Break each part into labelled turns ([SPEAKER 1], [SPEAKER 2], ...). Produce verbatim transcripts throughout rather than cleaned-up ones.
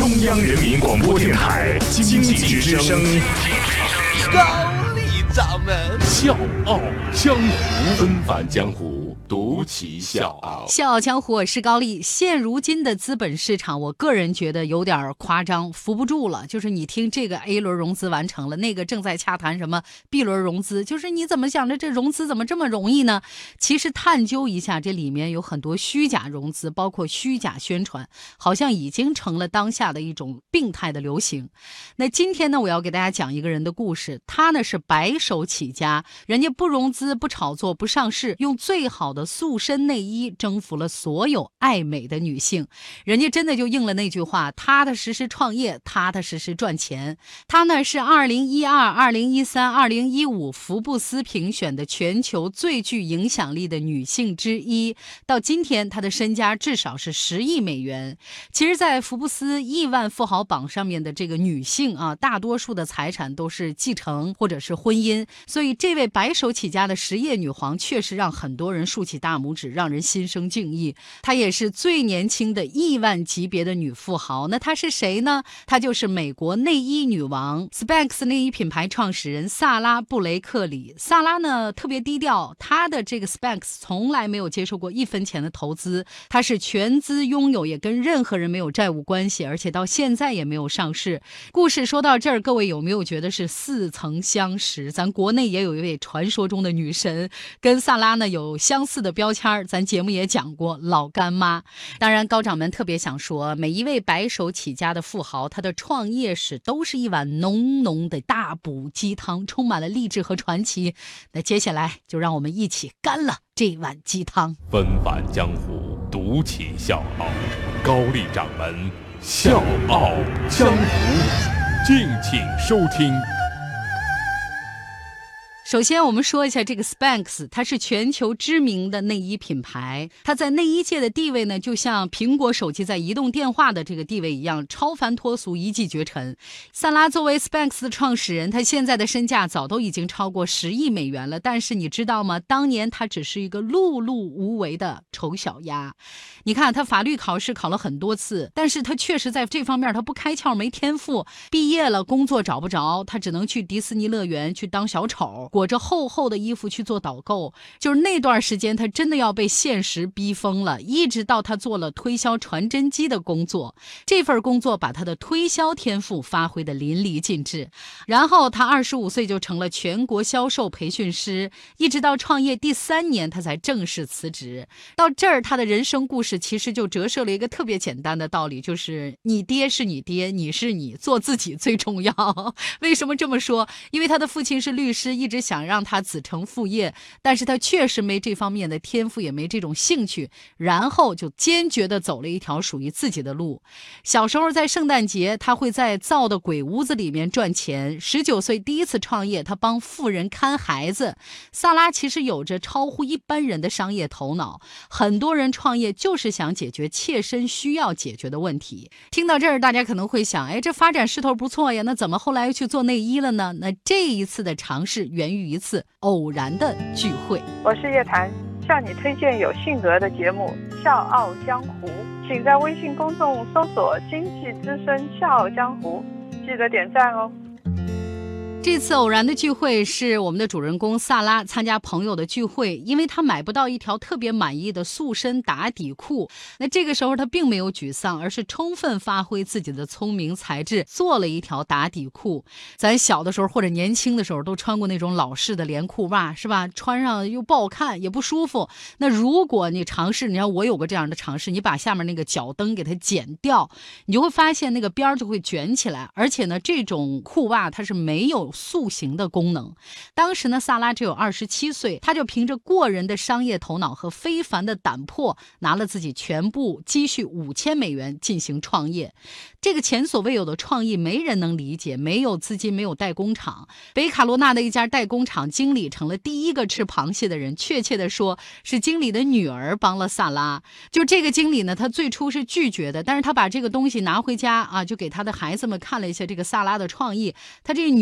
[SPEAKER 1] 中央人民广播电台经济之声，
[SPEAKER 2] 高丽掌门
[SPEAKER 1] 笑傲江湖，纷繁江湖，独骑笑傲。
[SPEAKER 3] 笑傲江湖，我是高丽。现如今的资本市场，我个人觉得有点夸张，扶不住了。就是你听这个 A 轮融资完成了，那个正在洽谈什么 B 轮融资，就是你怎么想着这融资怎么这么容易呢？其实探究一下，这里面有很多虚假融资，包括虚假宣传，好像已经成了当下的一种病态的流行。那今天呢，我要给大家讲一个人的故事，他呢是白手起家，人家不融资、不炒作、不上市，用最好的塑身内衣征服了所有爱美的女性，人家真的就应了那句话，踏踏实实创业，踏踏实实赚钱。他呢是二零一二、二零一三、二零一五福布斯评选的全球最具影响力的女性之一，到今天她的身家至少是十亿美元。其实在福布斯亿万富豪榜上面的这个女性啊，大多数的财产都是继承或者是婚姻，所以这位白手起家的实业女皇确实让很多人竖起大拇指，让人心生敬意。她也是最年轻的亿万级别的女富豪。那她是谁呢？她就是美国内衣女王 Spanx 内衣品牌创始人萨拉布雷克里。萨拉呢特别低调，她的这个 Spanx 从来没有接受过一分钱的投资，她是全资拥有，也跟任何人没有债务关系，而且到现在也没有上市。故事说到这儿，各位有没有觉得是似曾相识？咱国内也有一位传说中的女神，跟萨拉呢有相似的标签，咱节目也讲过老干妈。当然高掌门特别想说，每一位白手起家的富豪，他的创业史都是一碗浓浓的大补鸡汤，充满了励志和传奇。那接下来就让我们一起干了这碗鸡汤。
[SPEAKER 1] 纷繁江湖，独骑笑傲，高丽掌门笑傲江湖，敬请收听。
[SPEAKER 3] 首先我们说一下这个 Spanx， 它是全球知名的内衣品牌，它在内衣界的地位呢，就像苹果手机在移动电话的这个地位一样，超凡脱俗，一骑绝尘。萨拉作为 Spanx 的创始人，他现在的身价早都已经超过十亿美元了，但是你知道吗？当年他只是一个碌碌无为的丑小鸭。你看他法律考试考了很多次，但是他确实在这方面他不开窍，没天赋，毕业了工作找不着，他只能去迪士尼乐园去当小丑，裹着厚厚的衣服去做导购。就是那段时间他真的要被现实逼疯了，一直到他做了推销传真机的工作，这份工作把他的推销天赋发挥得淋漓尽致。然后他二十五岁就成了全国销售培训师，一直到创业第三年他才正式辞职。到这儿他的人生故事其实就折射了一个特别简单的道理，就是你爹是你爹，你是你，做自己最重要。为什么这么说？因为他的父亲是律师，一直想让他子承父业，但是他确实没这方面的天赋，也没这种兴趣，然后就坚决地走了一条属于自己的路。小时候在圣诞节，他会在造的鬼屋子里面赚钱。十九岁第一次创业，他帮富人看孩子。萨拉其实有着超乎一般人的商业头脑，很多人创业就是想解决切身需要解决的问题。听到这儿，大家可能会想，哎，这发展势头不错呀，那怎么后来又去做内衣了呢？那这一次的尝试源于一次偶然的聚会。
[SPEAKER 4] 我是叶檀，向你推荐有性格的节目《笑傲江湖》，请在微信公众搜索经济之声笑傲江湖，记得点赞哦。
[SPEAKER 3] 这次偶然的聚会是我们的主人公萨拉参加朋友的聚会，因为他买不到一条特别满意的塑身打底裤。那这个时候他并没有沮丧，而是充分发挥自己的聪明才智，做了一条打底裤。咱小的时候或者年轻的时候都穿过那种老式的连裤袜，是吧？穿上又不好看，也不舒服。那如果你尝试，你看我有个这样的尝试，你把下面那个脚蹬给它剪掉，你就会发现那个边就会卷起来，而且呢，这种裤袜它是没有塑形的功能。当时呢，萨拉只有二十七岁，他就凭着过人的商业头脑和非凡的胆魄，拿了自己全部积蓄五千美元进行创业。这个前所未有的创意没人能理解，没有资金，没有代工厂。北卡罗纳的一家代工厂经理成了第一个吃螃蟹的人，确切的说是经理的女儿帮了萨拉。就这个经理呢，他最初是拒绝的，但是他把这个东西拿回家啊，就给他的孩子们看了一下这个萨拉的创意，他这个女儿就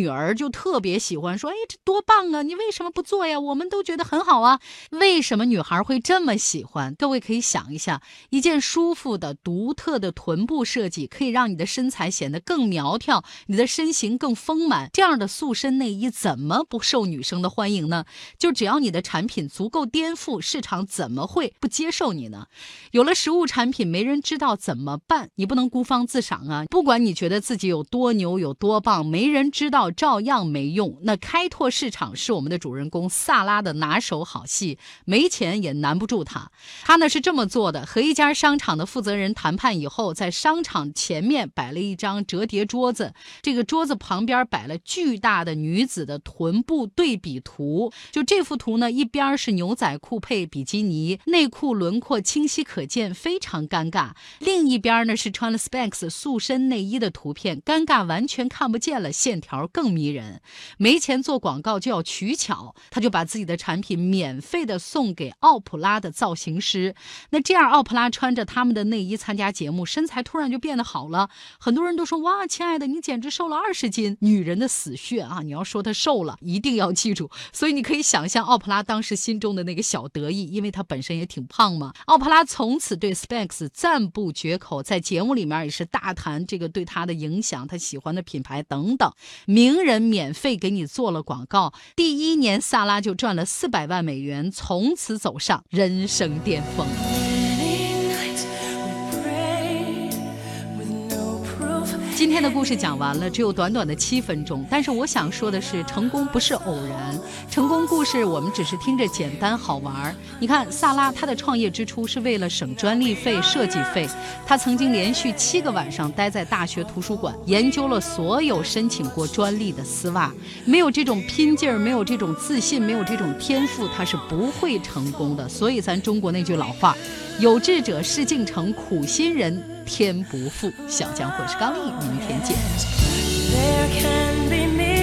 [SPEAKER 3] 就特别喜欢说，哎，这多棒啊，你为什么不做呀？我们都觉得很好啊。为什么女孩会这么喜欢？各位可以想一下，一件舒服的独特的臀部设计可以让你的身材显得更苗条，你的身形更丰满，这样的塑身内衣怎么不受女生的欢迎呢？就只要你的产品足够颠覆，市场怎么会不接受你呢？有了实物产品没人知道怎么办？你不能孤芳自赏啊，不管你觉得自己有多牛有多棒，没人知道照样没用。那开拓市场是我们的主人公萨拉的拿手好戏，没钱也难不住他。他呢是这么做的，和一家商场的负责人谈判以后，在商场前面摆了一张折叠桌子，这个桌子旁边摆了巨大的女子的臀部对比图。就这幅图呢，一边是牛仔裤配比基尼，内裤轮廓清晰可见，非常尴尬；另一边呢是穿了 Spanx 塑身内衣的图片，尴尬完全看不见了，线条更迷人。没钱做广告就要取巧，他就把自己的产品免费的送给奥普拉的造型师。那这样奥普拉穿着他们的内衣参加节目，身材突然就变得好了。很多人都说，哇，亲爱的，你简直瘦了二十斤。女人的死穴啊，你要说她瘦了，一定要记住。所以你可以想象奥普拉当时心中的那个小得意，因为她本身也挺胖嘛。奥普拉从此对 Spanx 赞不绝口，在节目里面也是大谈这个对她的影响，她喜欢的品牌等等。名人免费给你做了广告，第一年萨拉就赚了四百万美元，从此走上人生巅峰。今天的故事讲完了，只有短短的七分钟，但是我想说的是，成功不是偶然，成功故事我们只是听着简单好玩。你看萨拉，他的创业之初是为了省专利费、设计费，他曾经连续七个晚上待在大学图书馆，研究了所有申请过专利的丝袜。没有这种拼劲儿，没有这种自信，没有这种天赋，他是不会成功的。所以咱中国那句老话，有志者事竟成，苦心人天不负。小江或是高丽，明天见。